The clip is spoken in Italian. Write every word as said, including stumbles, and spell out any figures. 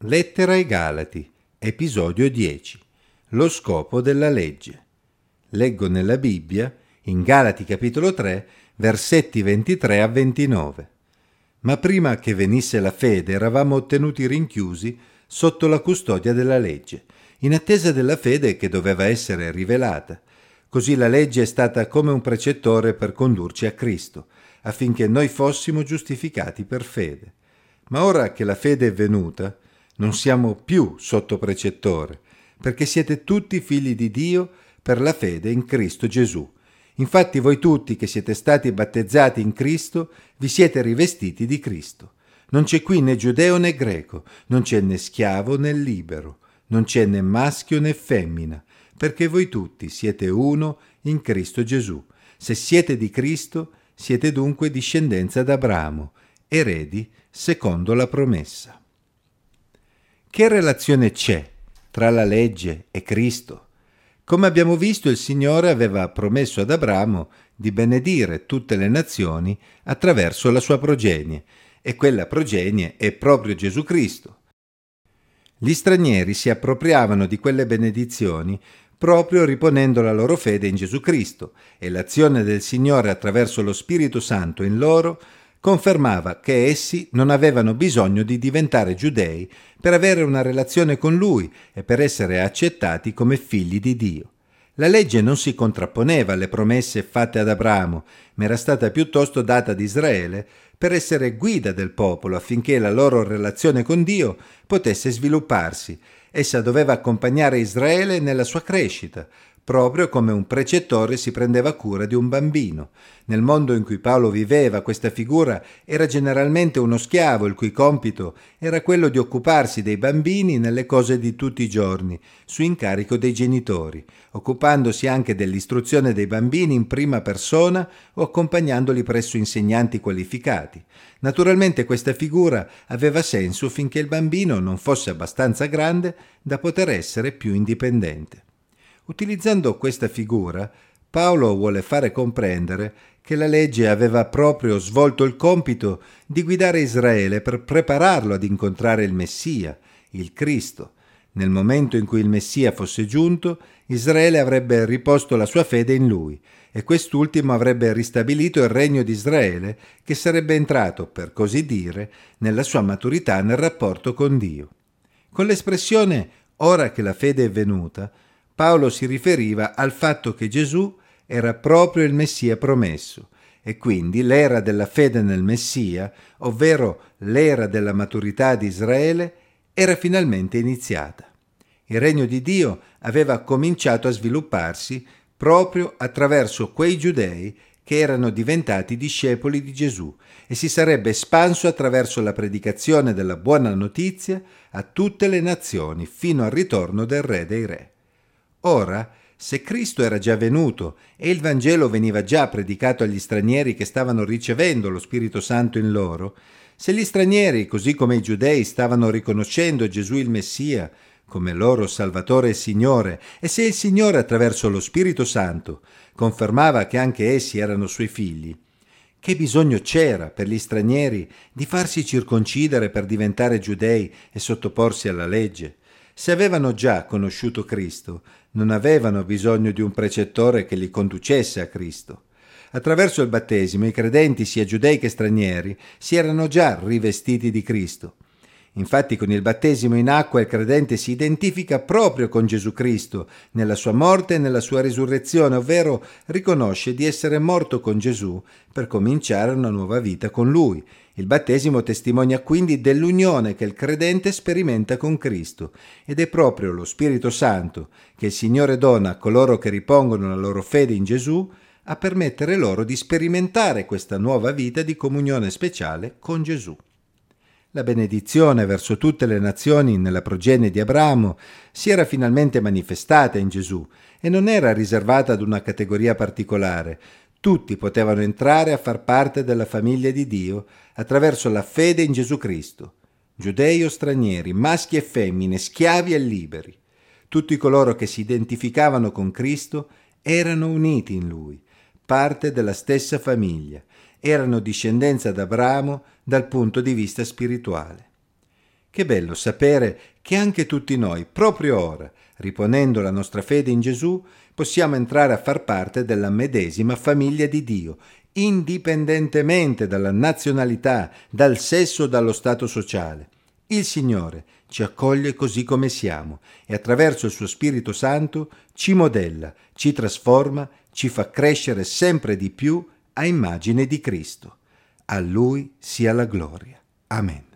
Lettera ai Galati, episodio dieci. Lo scopo della legge. Leggo nella Bibbia, in Galati capitolo tre, versetti ventitré a ventinove. Ma prima che venisse la fede eravamo tenuti rinchiusi sotto la custodia della legge, in attesa della fede che doveva essere rivelata. Così la legge è stata come un precettore per condurci a Cristo, affinché noi fossimo giustificati per fede. Ma ora che la fede è venuta, non siamo più sotto precettore, perché siete tutti figli di Dio per la fede in Cristo Gesù. Infatti voi tutti che siete stati battezzati in Cristo, vi siete rivestiti di Cristo. Non c'è qui né giudeo né greco, non c'è né schiavo né libero, non c'è né maschio né femmina, perché voi tutti siete uno in Cristo Gesù. Se siete di Cristo, siete dunque discendenza d'Abramo, eredi secondo la promessa. Che relazione c'è tra la legge e Cristo? Come abbiamo visto, il Signore aveva promesso ad Abramo di benedire tutte le nazioni attraverso la sua progenie, e quella progenie è proprio Gesù Cristo. Gli stranieri si appropriavano di quelle benedizioni proprio riponendo la loro fede in Gesù Cristo, e l'azione del Signore attraverso lo Spirito Santo in loro confermava che essi non avevano bisogno di diventare giudei per avere una relazione con Lui e per essere accettati come figli di Dio. La legge non si contrapponeva alle promesse fatte ad Abramo, ma era stata piuttosto data ad Israele per essere guida del popolo affinché la loro relazione con Dio potesse svilupparsi. Essa doveva accompagnare Israele nella sua crescita, proprio come un precettore si prendeva cura di un bambino. Nel mondo in cui Paolo viveva, questa figura era generalmente uno schiavo, il cui compito era quello di occuparsi dei bambini nelle cose di tutti i giorni, su incarico dei genitori, occupandosi anche dell'istruzione dei bambini in prima persona o accompagnandoli presso insegnanti qualificati. Naturalmente questa figura aveva senso finché il bambino non fosse abbastanza grande da poter essere più indipendente. Utilizzando questa figura, Paolo vuole fare comprendere che la legge aveva proprio svolto il compito di guidare Israele per prepararlo ad incontrare il Messia, il Cristo. Nel momento in cui il Messia fosse giunto, Israele avrebbe riposto la sua fede in lui e quest'ultimo avrebbe ristabilito il regno di Israele, che sarebbe entrato, per così dire, nella sua maturità nel rapporto con Dio. Con l'espressione «ora che la fede è venuta», Paolo si riferiva al fatto che Gesù era proprio il Messia promesso e quindi l'era della fede nel Messia, ovvero l'era della maturità di Israele, era finalmente iniziata. Il regno di Dio aveva cominciato a svilupparsi proprio attraverso quei giudei che erano diventati discepoli di Gesù e si sarebbe espanso attraverso la predicazione della buona notizia a tutte le nazioni fino al ritorno del Re dei Re. Ora, se Cristo era già venuto e il Vangelo veniva già predicato agli stranieri che stavano ricevendo lo Spirito Santo in loro, se gli stranieri, così come i giudei, stavano riconoscendo Gesù il Messia come loro Salvatore e Signore, e se il Signore attraverso lo Spirito Santo confermava che anche essi erano suoi figli, che bisogno c'era per gli stranieri di farsi circoncidere per diventare giudei e sottoporsi alla legge? Se avevano già conosciuto Cristo, non avevano bisogno di un precettore che li conducesse a Cristo. Attraverso il battesimo i credenti, sia giudei che stranieri, si erano già rivestiti di Cristo. Infatti con il battesimo in acqua il credente si identifica proprio con Gesù Cristo nella sua morte e nella sua risurrezione, ovvero riconosce di essere morto con Gesù per cominciare una nuova vita con Lui. Il battesimo testimonia quindi dell'unione che il credente sperimenta con Cristo ed è proprio lo Spirito Santo che il Signore dona a coloro che ripongono la loro fede in Gesù a permettere loro di sperimentare questa nuova vita di comunione speciale con Gesù. La benedizione verso tutte le nazioni nella progenie di Abramo si era finalmente manifestata in Gesù e non era riservata ad una categoria particolare. Tutti potevano entrare a far parte della famiglia di Dio attraverso la fede in Gesù Cristo, giudei o stranieri, maschi e femmine, schiavi e liberi. Tutti coloro che si identificavano con Cristo erano uniti in Lui, parte della stessa famiglia, erano discendenza d'Abramo dal punto di vista spirituale. Che bello sapere che anche tutti noi, proprio ora, riponendo la nostra fede in Gesù, possiamo entrare a far parte della medesima famiglia di Dio, indipendentemente dalla nazionalità, dal sesso o dallo stato sociale. Il Signore ci accoglie così come siamo e attraverso il suo Spirito Santo ci modella, ci trasforma, ci fa crescere sempre di più a immagine di Cristo. A Lui sia la gloria. Amen.